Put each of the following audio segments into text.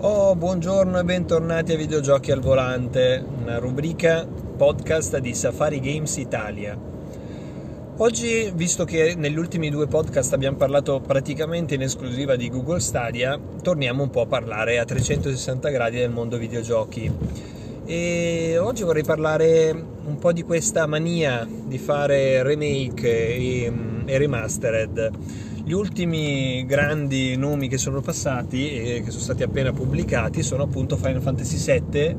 Oh, buongiorno e bentornati a Videogiochi al Volante, una rubrica podcast di Safari Games Italia. Oggi, visto che negli ultimi due podcast abbiamo parlato praticamente in esclusiva di Google Stadia, torniamo un po' a parlare a 360 gradi del mondo videogiochi. E oggi vorrei parlare un po' di questa mania di fare remake e remastered. Gli ultimi grandi nomi che sono passati e che sono stati appena pubblicati sono appunto Final Fantasy VII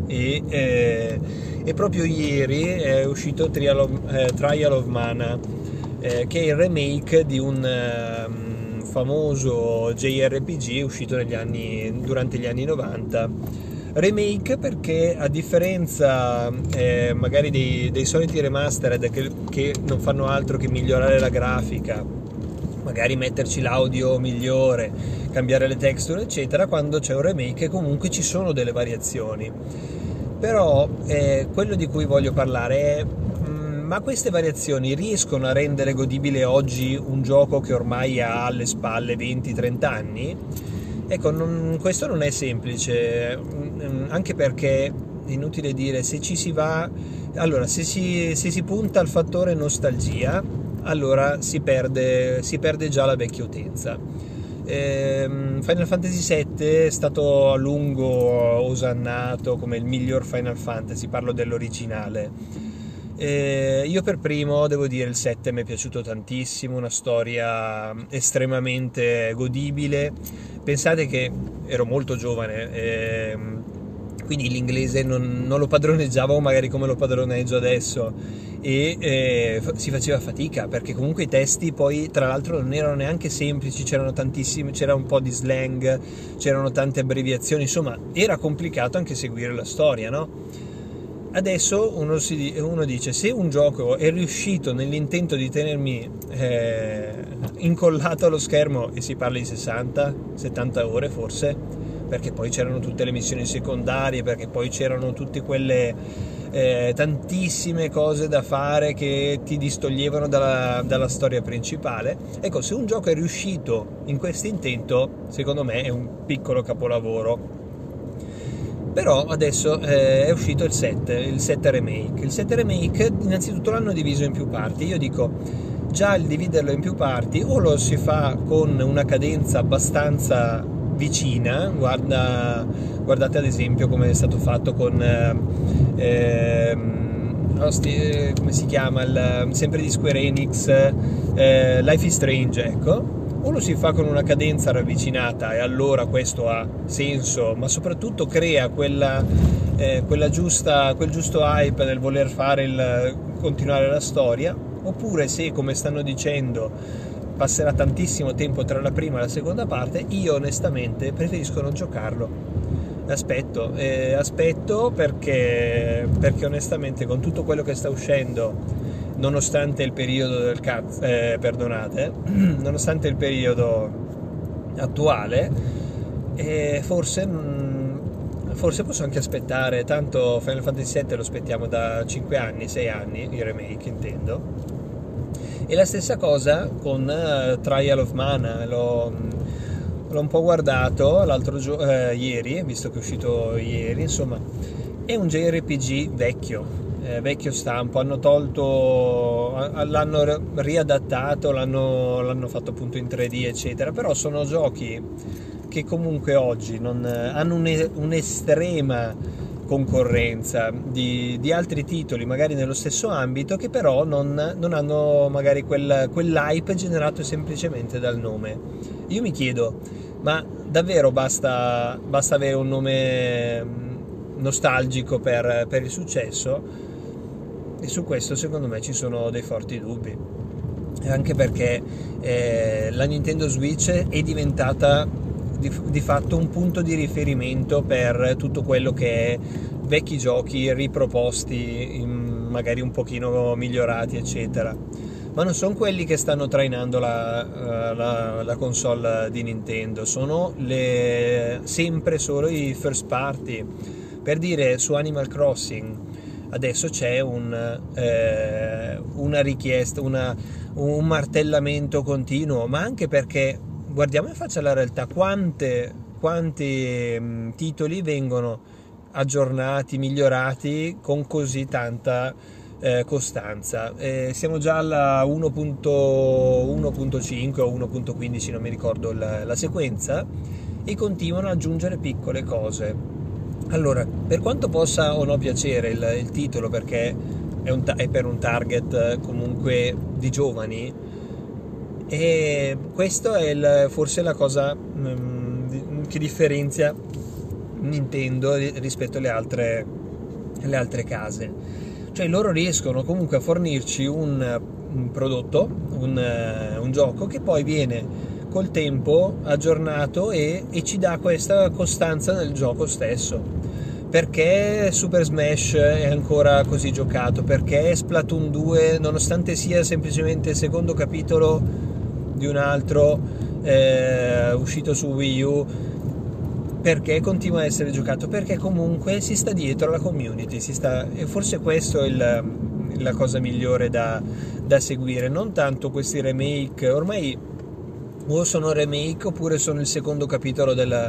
e proprio ieri è uscito Trial of Mana, che è il remake di un famoso JRPG uscito durante gli anni 90. Remake perché, a differenza magari dei soliti remastered che non fanno altro che migliorare la grafica, magari metterci l'audio migliore, cambiare le texture eccetera, quando c'è un remake comunque ci sono delle variazioni. Però quello di cui voglio parlare è ma queste variazioni riescono a rendere godibile oggi un gioco che ormai ha alle spalle 20-30 anni? Ecco, questo non è semplice, anche perché è inutile dire, se ci si va, allora se si punta al fattore nostalgia, allora si perde già la vecchia utenza. Final Fantasy VII è stato a lungo osannato come il miglior Final Fantasy, parlo dell'originale. Io per primo devo dire il 7 mi è piaciuto tantissimo, una storia estremamente godibile. Pensate che ero molto giovane, quindi l'inglese non lo padroneggiavo magari come lo padroneggio adesso, e si faceva fatica perché comunque i testi poi tra l'altro non erano neanche semplici, c'erano tantissimi, c'era un po' di slang, c'erano tante abbreviazioni, insomma era complicato anche seguire la storia, no? Adesso uno dice, se un gioco è riuscito nell'intento di tenermi incollato allo schermo, e si parla di 60-70 ore forse, perché poi c'erano tutte le missioni secondarie, perché poi c'erano tutte quelle tantissime cose da fare che ti distoglievano dalla storia principale. Ecco, se un gioco è riuscito in questo intento, secondo me è un piccolo capolavoro. Però adesso è uscito il 7 Remake. Il 7 Remake innanzitutto l'hanno diviso in più parti. Io dico, già il dividerlo in più parti o lo si fa con una cadenza abbastanza vicina, guardate ad esempio come è stato fatto con come si chiama, sempre di Square Enix, Life is Strange, ecco. O lo si fa con una cadenza ravvicinata e allora questo ha senso, ma soprattutto crea quel giusto hype nel voler continuare la storia, oppure se, come stanno dicendo, passerà tantissimo tempo tra la prima e la seconda parte, io onestamente preferisco non giocarlo. Aspetto perché onestamente con tutto quello che sta uscendo, nonostante il periodo nonostante il periodo attuale, forse posso anche aspettare, tanto Final Fantasy VII lo aspettiamo da 5 anni, 6 anni, il remake intendo, e la stessa cosa con Trial of Mana. L'ho un po' guardato ieri, visto che è uscito ieri, insomma è un JRPG vecchio stampo, l'hanno riadattato, l'hanno fatto appunto in 3D eccetera, però sono giochi che comunque oggi hanno un'estrema concorrenza di altri titoli magari nello stesso ambito, che però non hanno magari quell'hype generato semplicemente dal nome. Io mi chiedo, ma davvero basta avere un nome nostalgico per il successo? E su questo secondo me ci sono dei forti dubbi, anche perché la Nintendo Switch è diventata di fatto un punto di riferimento per tutto quello che è vecchi giochi riproposti, magari un pochino migliorati eccetera, ma non sono quelli che stanno trainando la console di Nintendo, sono sempre solo i first party. Per dire, su Animal Crossing adesso c'è una richiesta, un martellamento continuo, ma anche perché guardiamo in faccia la realtà, quante quanti titoli vengono aggiornati, migliorati con così tanta costanza. Siamo già alla 1.1.5 o 1.15, non mi ricordo la sequenza, e continuano ad aggiungere piccole cose. Allora, per quanto possa o no piacere il titolo, perché è per un target comunque di giovani, e questo è forse la cosa che differenzia Nintendo rispetto alle altre case. Cioè loro riescono comunque a fornirci un prodotto, un gioco che poi viene col tempo aggiornato e ci dà questa costanza nel gioco stesso. Perché Super Smash è ancora così giocato? Perché Splatoon 2, nonostante sia semplicemente il secondo capitolo di un altro uscito su Wii U, perché continua a essere giocato? Perché comunque si sta dietro alla community, e forse questo è la cosa migliore da seguire, non tanto questi remake. Ormai o sono remake oppure sono il secondo capitolo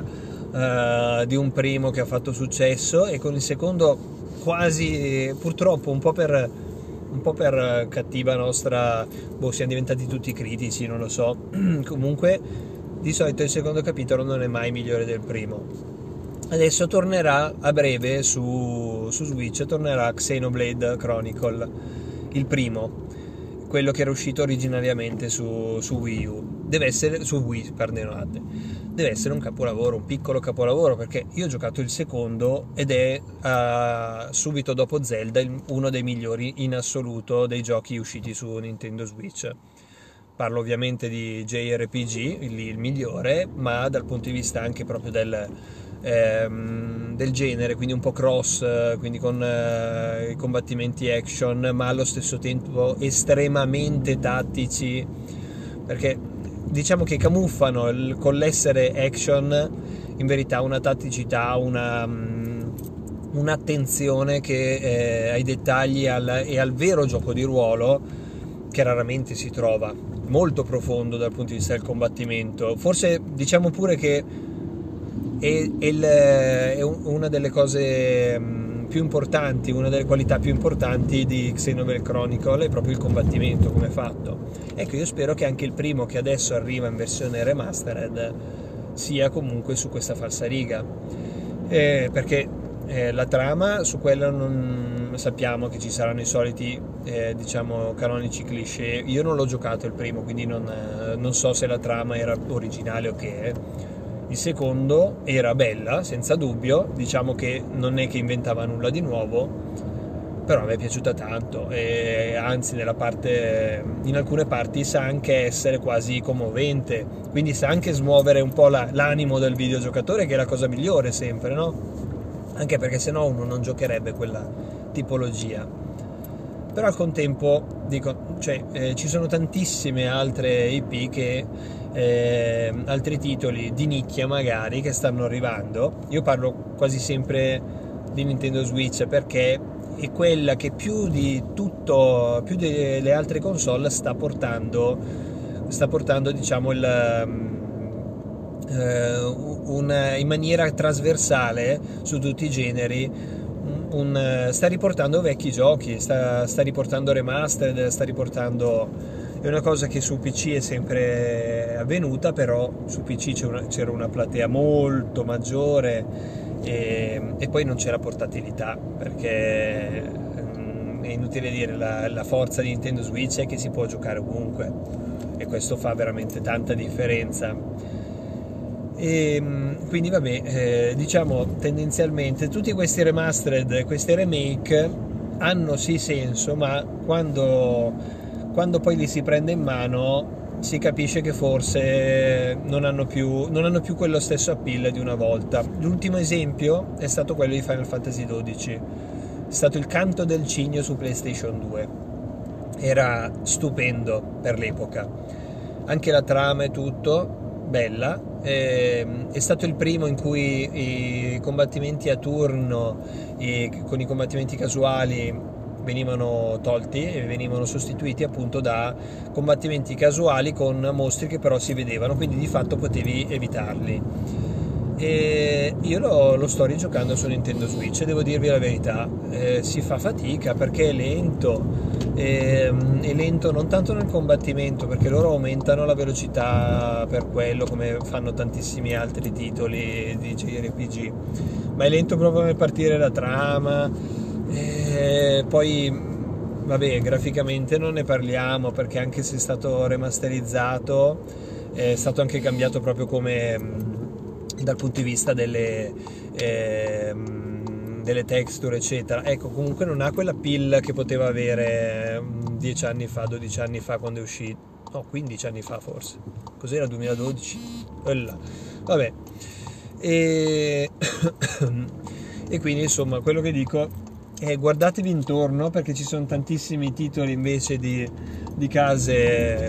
di un primo che ha fatto successo, e con il secondo quasi, purtroppo un po' per cattiva nostra, siamo diventati tutti critici, non lo so. Comunque di solito il secondo capitolo non è mai migliore del primo. Adesso tornerà a breve su Switch, tornerà Xenoblade Chronicle, il primo, quello che era uscito originariamente su Wii U. Deve essere su Wii, perdonate. Deve essere un capolavoro, un piccolo capolavoro, perché io ho giocato il secondo ed è subito dopo Zelda uno dei migliori in assoluto dei giochi usciti su Nintendo Switch. Parlo ovviamente di JRPG, il migliore, ma dal punto di vista anche proprio del genere, quindi un po' cross, quindi con i combattimenti action, ma allo stesso tempo estremamente tattici, perché diciamo che camuffano con l'essere action in verità una tatticità, un'attenzione che ai dettagli e al vero gioco di ruolo che raramente si trova, molto profondo dal punto di vista del combattimento. Forse diciamo pure che è una delle cose più importanti, una delle qualità più importanti di Xenoblade Chronicle è proprio il combattimento, come è fatto. Ecco, io spero che anche il primo, che adesso arriva in versione remastered, sia comunque su questa falsariga, perché la trama, su quella non sappiamo che ci saranno i soliti diciamo canonici cliché. Io non l'ho giocato il primo, quindi non so se la trama era originale o che. Il secondo era bella, senza dubbio, diciamo che non è che inventava nulla di nuovo, però a me è piaciuta tanto, e anzi in alcune parti sa anche essere quasi commovente, quindi sa anche smuovere un po' l'animo del videogiocatore, che è la cosa migliore sempre, no? Anche perché sennò uno non giocherebbe quella tipologia. Però al contempo dico, ci sono tantissime altre IP altri titoli di nicchia magari che stanno arrivando. Io parlo quasi sempre di Nintendo Switch perché è quella che più delle altre console sta portando diciamo in maniera trasversale su tutti i generi, sta riportando vecchi giochi, sta riportando remastered, è una cosa che su PC è sempre avvenuta, però su PC c'era una platea molto maggiore e poi non c'era portatilità, perché è inutile dire, la forza di Nintendo Switch è che si può giocare ovunque, e questo fa veramente tanta differenza. E quindi vabbè, diciamo tendenzialmente tutti questi remastered, questi remake hanno sì senso, ma quando poi li si prende in mano si capisce che forse non hanno più quello stesso appeal di una volta. L'ultimo esempio è stato quello di Final Fantasy XII, è stato il canto del cigno su PlayStation 2, era stupendo per l'epoca, anche la trama e tutto, bella. È stato il primo in cui i combattimenti a turno con i combattimenti casuali venivano tolti e venivano sostituiti appunto da combattimenti casuali con mostri che però si vedevano, quindi di fatto potevi evitarli. e io lo sto rigiocando su Nintendo Switch e devo dirvi la verità, si fa fatica perché è lento non tanto nel combattimento, perché loro aumentano la velocità per quello, come fanno tantissimi altri titoli di JRPG, ma è lento proprio nel partire la trama. Poi vabbè, graficamente non ne parliamo, perché anche se è stato remasterizzato è stato anche cambiato proprio come dal punto di vista delle texture eccetera. Ecco, comunque non ha quella pill che poteva avere 10 anni fa, 12 anni fa, quando è uscito, no, 15 anni fa forse, cos'era, 2012? Quella. Vabbè, e e quindi insomma quello che dico è: guardatevi intorno, perché ci sono tantissimi titoli invece di case,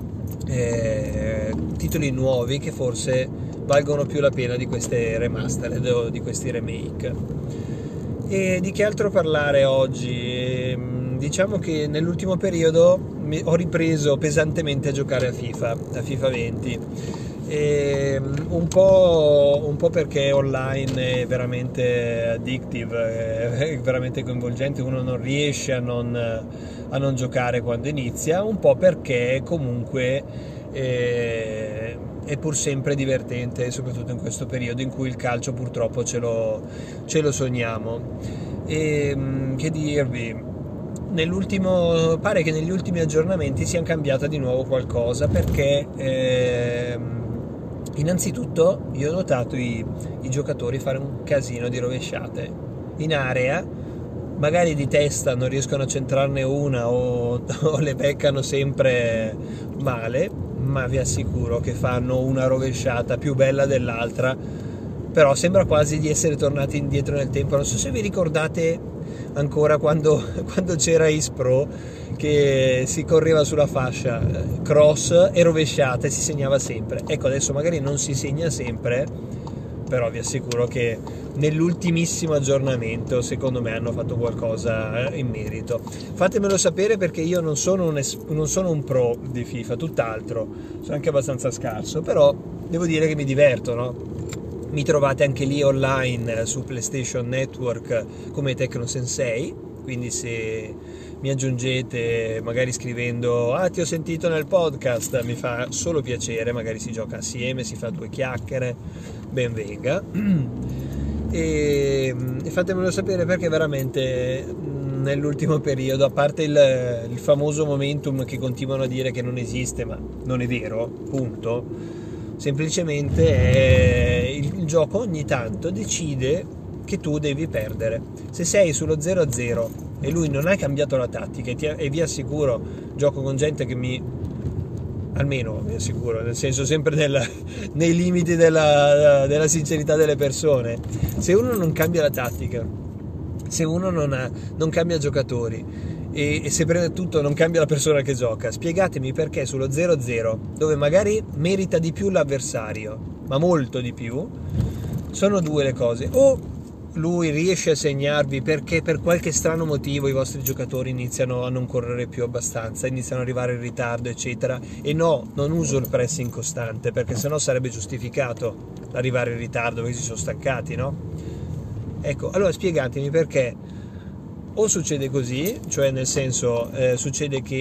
titoli nuovi che forse valgono più la pena di queste remastered o di questi remake. E di che altro parlare oggi? Diciamo che nell'ultimo periodo ho ripreso pesantemente a giocare a FIFA 20, un po' perché online è veramente addictive, è veramente coinvolgente, uno non riesce a non giocare quando inizia, un po' perché comunque è pur sempre divertente, soprattutto in questo periodo in cui il calcio purtroppo ce lo sogniamo. Che dirvi? Pare che negli ultimi aggiornamenti sia cambiata di nuovo qualcosa, perché innanzitutto io ho notato i giocatori fare un casino di rovesciate in area, magari di testa non riescono a centrarne una o le beccano sempre male, ma vi assicuro che fanno una rovesciata più bella dell'altra, però sembra quasi di essere tornati indietro nel tempo. Non so se vi ricordate ancora quando c'era Ispro, che si correva sulla fascia, cross e rovesciata, e si segnava sempre. Ecco, adesso magari non si segna sempre, però vi assicuro che nell'ultimissimo aggiornamento secondo me hanno fatto qualcosa in merito. Fatemelo sapere, perché io non sono un pro di FIFA, tutt'altro, sono anche abbastanza scarso, però devo dire che mi diverto, no? Mi trovate anche lì online su PlayStation Network come Tecnosensei, quindi se mi aggiungete magari scrivendo ti ho sentito nel podcast, mi fa solo piacere, magari si gioca assieme, si fa due chiacchiere, ben venga. E fatemelo sapere, perché veramente nell'ultimo periodo, a parte il famoso momentum che continuano a dire che non esiste, ma non è vero, punto, semplicemente il gioco ogni tanto decide che tu devi perdere. Se sei sullo 0-0 e lui non ha cambiato la tattica, e vi assicuro, gioco con gente che almeno vi assicuro, nel senso sempre nei limiti della sincerità delle persone, se uno non cambia la tattica, se uno non cambia giocatori, e se prima di tutto non cambia la persona che gioca, spiegatemi perché sullo 0-0, dove magari merita di più l'avversario, ma molto di più, sono due le cose: o lui riesce a segnarvi perché per qualche strano motivo i vostri giocatori iniziano a non correre più abbastanza, iniziano ad arrivare in ritardo eccetera, e no, non uso il pressing costante, perché sennò sarebbe giustificato arrivare in ritardo perché si sono stancati, no? Ecco, allora spiegatemi perché o succede così, cioè nel senso succede che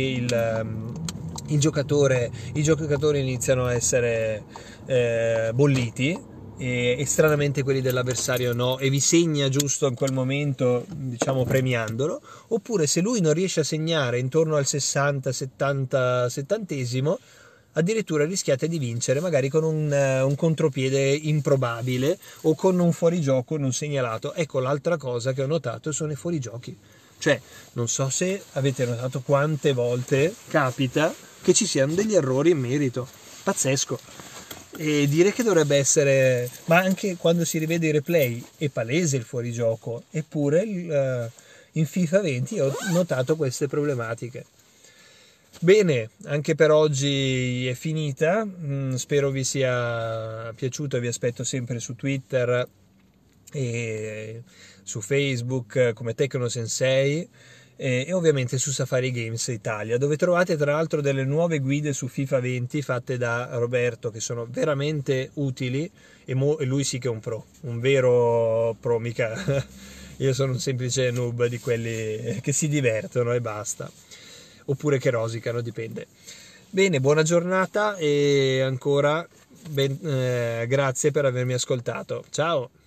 i giocatori iniziano a essere bolliti, e stranamente quelli dell'avversario no, e vi segna giusto in quel momento, diciamo premiandolo. Oppure se lui non riesce a segnare intorno al 60, 70, 70esimo, addirittura rischiate di vincere magari con un contropiede improbabile o con un fuorigioco non segnalato. Ecco, l'altra cosa che ho notato sono i fuorigiochi. Cioè, non so se avete notato quante volte capita che ci siano degli errori in merito. Pazzesco. E dire che dovrebbe essere, ma anche quando si rivede i replay è palese il fuorigioco, eppure in FIFA 20 ho notato queste problematiche. Bene, anche per oggi è finita, spero vi sia piaciuto, vi aspetto sempre su Twitter e su Facebook come Tecnosensei. e ovviamente su Safari Games Italia, dove trovate tra l'altro delle nuove guide su FIFA 20 fatte da Roberto, che sono veramente utili, e lui sì che è un pro, un vero pro, mica io sono un semplice noob di quelli che si divertono e basta, oppure che rosicano, dipende. Bene, buona giornata e ancora grazie per avermi ascoltato. Ciao!